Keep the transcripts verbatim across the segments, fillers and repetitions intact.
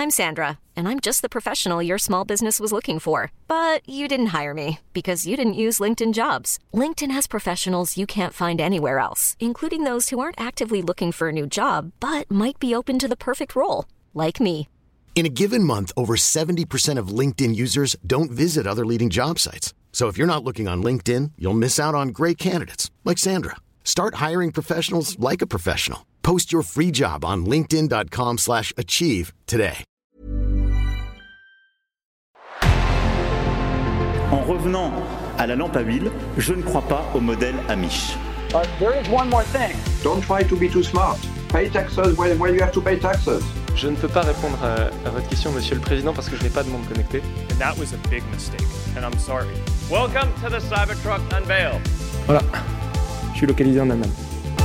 I'm Sandra, and I'm just the professional your small business was looking for. But you didn't hire me because you didn't use LinkedIn Jobs. LinkedIn has professionals you can't find anywhere else, including those who aren't actively looking for a new job, but might be open to the perfect role, like me. In a given month, over seventy percent of LinkedIn users don't visit other leading job sites. So if you're not looking on LinkedIn, you'll miss out on great candidates like Sandra. Start hiring professionals like a professional. Post your free job on linkedin.com slash achieve today. En revenant à la lampe à huile, je ne crois pas au modèle Amish. Uh, there is one more thing. Don't try to be too smart. Pay taxes when, when you have to pay taxes. Je ne peux pas répondre à, à votre question, Monsieur le Président, parce que je n'ai pas de monde connecté. And that was a big mistake, and I'm sorry. Welcome to the Cybertruck Unveil. Voilà, je suis localisé en Allemagne.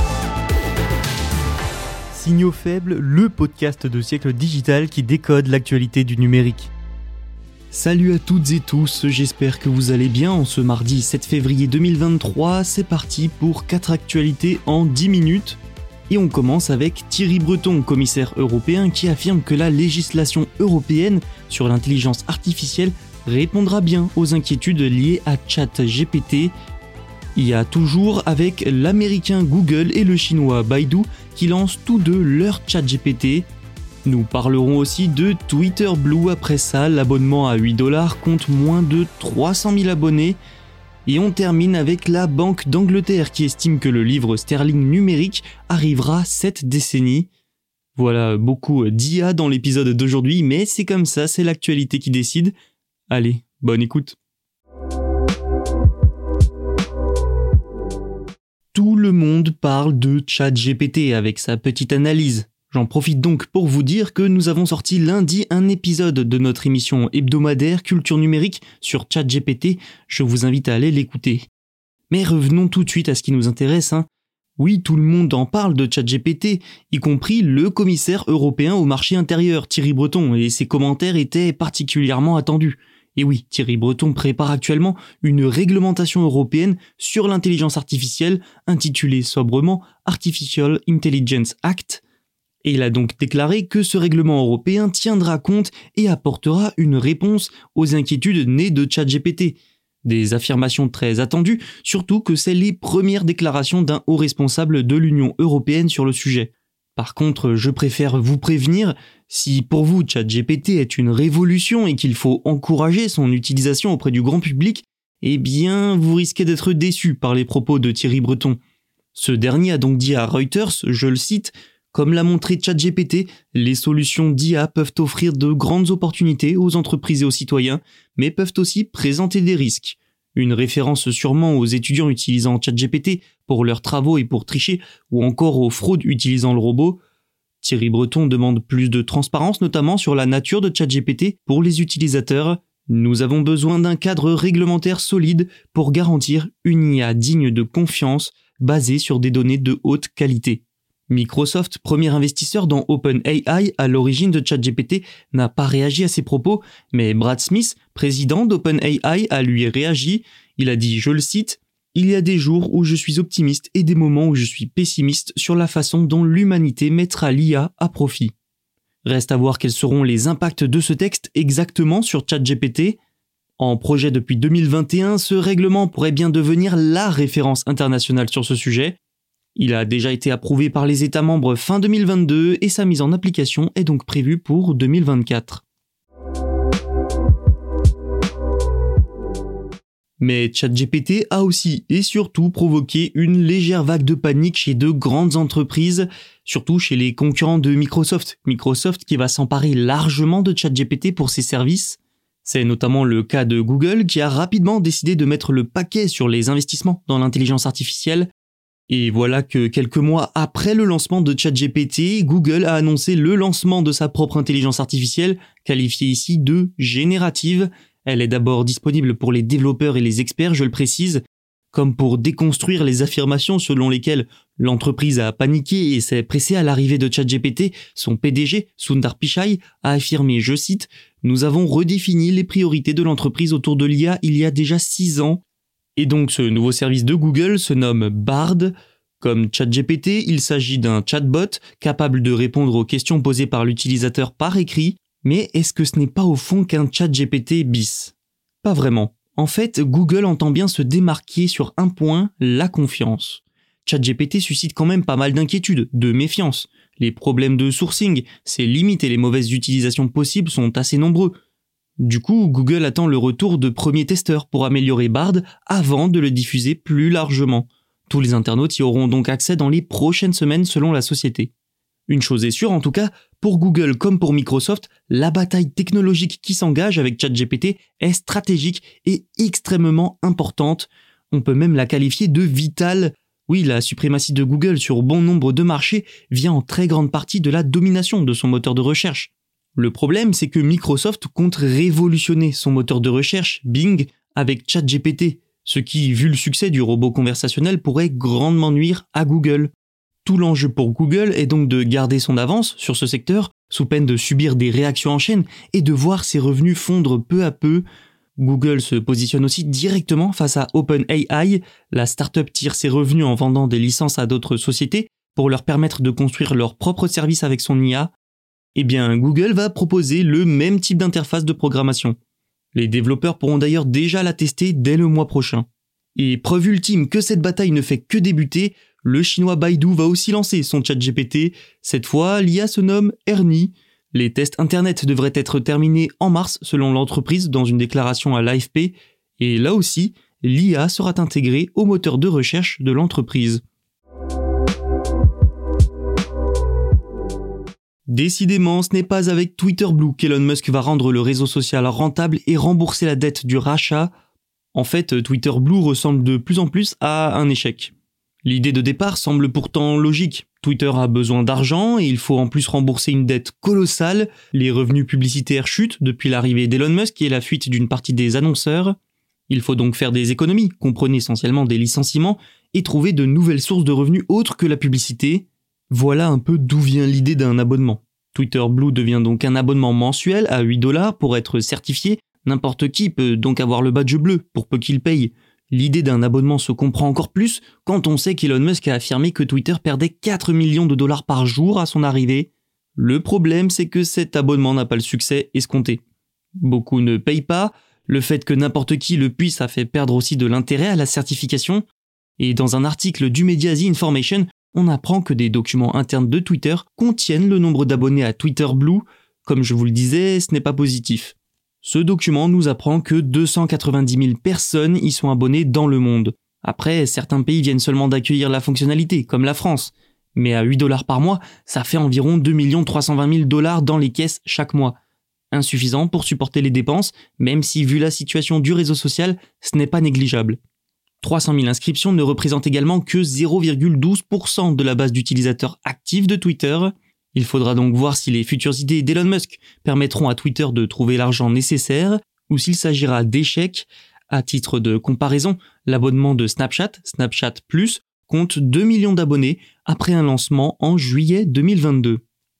Signaux faibles, le podcast de Siècle Digital qui décode l'actualité du numérique. Salut à toutes et tous, j'espère que vous allez bien en ce mardi sept février deux mille vingt-trois, c'est parti pour quatre actualités en dix minutes. Et on commence avec Thierry Breton, commissaire européen, qui affirme que la législation européenne sur l'intelligence artificielle répondra bien aux inquiétudes liées à ChatGPT. Il y a toujours avec l'américain Google et le chinois Baidu qui lancent tous deux leur ChatGPT. Nous parlerons aussi de Twitter Blue. Après ça, l'abonnement à huit dollars compte moins de trois cent mille abonnés. Et on termine avec la Banque d'Angleterre qui estime que le livre sterling numérique arrivera cette décennie. Voilà, beaucoup d'I A dans l'épisode d'aujourd'hui, mais c'est comme ça, c'est l'actualité qui décide. Allez, bonne écoute. Tout le monde parle de ChatGPT avec sa petite analyse. J'en profite donc pour vous dire que nous avons sorti lundi un épisode de notre émission hebdomadaire Culture Numérique sur ChatGPT, je vous invite à aller l'écouter. Mais revenons tout de suite à ce qui nous intéresse. Hein. Oui, tout le monde en parle de ChatGPT, y compris le commissaire européen au marché intérieur, Thierry Breton, et ses commentaires étaient particulièrement attendus. Et oui, Thierry Breton prépare actuellement une réglementation européenne sur l'intelligence artificielle intitulée sobrement Artificial Intelligence Act, et il a donc déclaré que ce règlement européen tiendra compte et apportera une réponse aux inquiétudes nées de ChatGPT. Des affirmations très attendues, surtout que c'est les premières déclarations d'un haut responsable de l'Union européenne sur le sujet. Par contre, je préfère vous prévenir, si pour vous ChatGPT est une révolution et qu'il faut encourager son utilisation auprès du grand public, eh bien vous risquez d'être déçus par les propos de Thierry Breton. Ce dernier a donc dit à Reuters, je le cite, « Comme l'a montré ChatGPT, les solutions d'I A peuvent offrir de grandes opportunités aux entreprises et aux citoyens, mais peuvent aussi présenter des risques. » Une référence sûrement aux étudiants utilisant ChatGPT pour leurs travaux et pour tricher, ou encore aux fraudes utilisant le robot. Thierry Breton demande plus de transparence, notamment sur la nature de ChatGPT pour les utilisateurs. Nous avons besoin d'un cadre réglementaire solide pour garantir une I A digne de confiance, basée sur des données de haute qualité. Microsoft, premier investisseur dans OpenAI à l'origine de ChatGPT, n'a pas réagi à ces propos, mais Brad Smith, président d'OpenAI, a lui réagi. Il a dit, je le cite, « Il y a des jours où je suis optimiste et des moments où je suis pessimiste sur la façon dont l'humanité mettra l'I A à profit. » Reste à voir quels seront les impacts de ce texte exactement sur ChatGPT. En projet depuis deux mille vingt et un, ce règlement pourrait bien devenir la référence internationale sur ce sujet. Il a déjà été approuvé par les États membres fin deux mille vingt-deux et sa mise en application est donc prévue pour deux mille vingt-quatre. Mais ChatGPT a aussi et surtout provoqué une légère vague de panique chez de grandes entreprises, surtout chez les concurrents de Microsoft. Microsoft qui va s'emparer largement de ChatGPT pour ses services. C'est notamment le cas de Google qui a rapidement décidé de mettre le paquet sur les investissements dans l'intelligence artificielle. Et voilà que quelques mois après le lancement de ChatGPT, Google a annoncé le lancement de sa propre intelligence artificielle, qualifiée ici de générative. Elle est d'abord disponible pour les développeurs et les experts, je le précise, comme pour déconstruire les affirmations selon lesquelles l'entreprise a paniqué et s'est pressée à l'arrivée de ChatGPT. Son P D G, Sundar Pichai, a affirmé, je cite, « Nous avons redéfini les priorités de l'entreprise autour de l'I A il y a déjà six ans. » Et donc ce nouveau service de Google se nomme Bard. Comme ChatGPT, il s'agit d'un chatbot capable de répondre aux questions posées par l'utilisateur par écrit. Mais est-ce que ce n'est pas au fond qu'un ChatGPT bis ? Pas vraiment. En fait, Google entend bien se démarquer sur un point, la confiance. ChatGPT suscite quand même pas mal d'inquiétudes, de méfiance. Les problèmes de sourcing, ses limites et les mauvaises utilisations possibles sont assez nombreux. Du coup, Google attend le retour de premiers testeurs pour améliorer Bard avant de le diffuser plus largement. Tous les internautes y auront donc accès dans les prochaines semaines selon la société. Une chose est sûre en tout cas, pour Google comme pour Microsoft, la bataille technologique qui s'engage avec ChatGPT est stratégique et extrêmement importante. On peut même la qualifier de vitale. Oui, la suprématie de Google sur bon nombre de marchés vient en très grande partie de la domination de son moteur de recherche. Le problème, c'est que Microsoft compte révolutionner son moteur de recherche, Bing, avec ChatGPT, ce qui, vu le succès du robot conversationnel, pourrait grandement nuire à Google. Tout l'enjeu pour Google est donc de garder son avance sur ce secteur, sous peine de subir des réactions en chaîne et de voir ses revenus fondre peu à peu. Google se positionne aussi directement face à OpenAI, la start-up tire ses revenus en vendant des licences à d'autres sociétés pour leur permettre de construire leur propre service avec son I A. Eh bien, Google va proposer le même type d'interface de programmation. Les développeurs pourront d'ailleurs déjà la tester dès le mois prochain. Et preuve ultime que cette bataille ne fait que débuter, le chinois Baidu va aussi lancer son ChatGPT. Cette fois, l'I A se nomme Ernie. Les tests internet devraient être terminés en mars selon l'entreprise dans une déclaration à l'A F P. Et là aussi, l'I A sera intégrée au moteur de recherche de l'entreprise. Décidément, ce n'est pas avec Twitter Blue qu'Elon Musk va rendre le réseau social rentable et rembourser la dette du rachat. En fait, Twitter Blue ressemble de plus en plus à un échec. L'idée de départ semble pourtant logique. Twitter a besoin d'argent et il faut en plus rembourser une dette colossale. Les revenus publicitaires chutent depuis l'arrivée d'Elon Musk et la fuite d'une partie des annonceurs. Il faut donc faire des économies, comprenez essentiellement des licenciements, et trouver de nouvelles sources de revenus autres que la publicité. Voilà un peu d'où vient l'idée d'un abonnement. Twitter Blue devient donc un abonnement mensuel à huit dollars pour être certifié. N'importe qui peut donc avoir le badge bleu pour peu qu'il paye. L'idée d'un abonnement se comprend encore plus quand on sait qu'Elon Musk a affirmé que Twitter perdait quatre millions de dollars par jour à son arrivée. Le problème, c'est que cet abonnement n'a pas le succès escompté. Beaucoup ne payent pas, le fait que n'importe qui le puisse a fait perdre aussi de l'intérêt à la certification. Et dans un article du média The Information, on apprend que des documents internes de Twitter contiennent le nombre d'abonnés à Twitter Blue. Comme je vous le disais, ce n'est pas positif. Ce document nous apprend que deux cent quatre-vingt-dix mille personnes y sont abonnées dans le monde. Après, certains pays viennent seulement d'accueillir la fonctionnalité, comme la France. Mais à huit dollars par mois, ça fait environ deux millions trois cent vingt mille dollars dans les caisses chaque mois. Insuffisant pour supporter les dépenses, même si vu la situation du réseau social, ce n'est pas négligeable. trois cent mille inscriptions ne représentent également que zéro virgule douze pour cent de la base d'utilisateurs actifs de Twitter. Il faudra donc voir si les futures idées d'Elon Musk permettront à Twitter de trouver l'argent nécessaire ou s'il s'agira d'échecs. À titre de comparaison, l'abonnement de Snapchat, Snapchat Plus, compte deux millions d'abonnés après un lancement en juillet deux mille vingt-deux.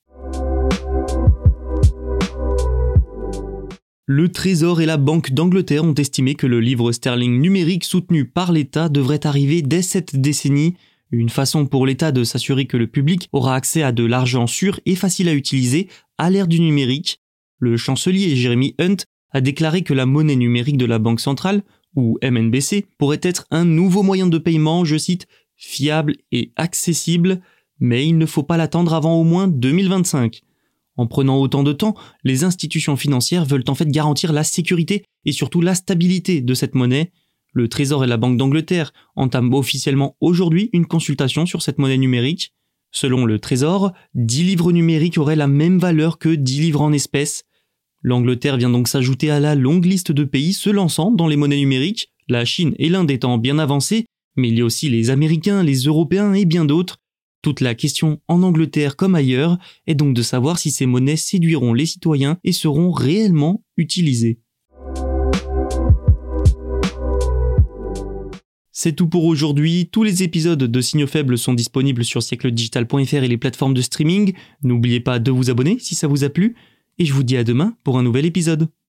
Le Trésor et la Banque d'Angleterre ont estimé que le livre sterling numérique soutenu par l'État devrait arriver dès cette décennie. Une façon pour l'État de s'assurer que le public aura accès à de l'argent sûr et facile à utiliser à l'ère du numérique. Le chancelier Jeremy Hunt a déclaré que la monnaie numérique de la Banque centrale, ou M N B C, pourrait être un nouveau moyen de paiement, je cite, fiable et accessible, mais il ne faut pas l'attendre avant au moins deux mille vingt-cinq. En prenant autant de temps, les institutions financières veulent en fait garantir la sécurité et surtout la stabilité de cette monnaie. Le Trésor et la Banque d'Angleterre entament officiellement aujourd'hui une consultation sur cette monnaie numérique. Selon le Trésor, dix livres numériques auraient la même valeur que dix livres en espèces. L'Angleterre vient donc s'ajouter à la longue liste de pays se lançant dans les monnaies numériques, la Chine et l'Inde étant bien avancées, mais il y a aussi les Américains, les Européens et bien d'autres. Toute la question en Angleterre comme ailleurs est donc de savoir si ces monnaies séduiront les citoyens et seront réellement utilisées. C'est tout pour aujourd'hui. Tous les épisodes de Signaux Faibles sont disponibles sur siècle digital point f r et les plateformes de streaming. N'oubliez pas de vous abonner si ça vous a plu. Et je vous dis à demain pour un nouvel épisode.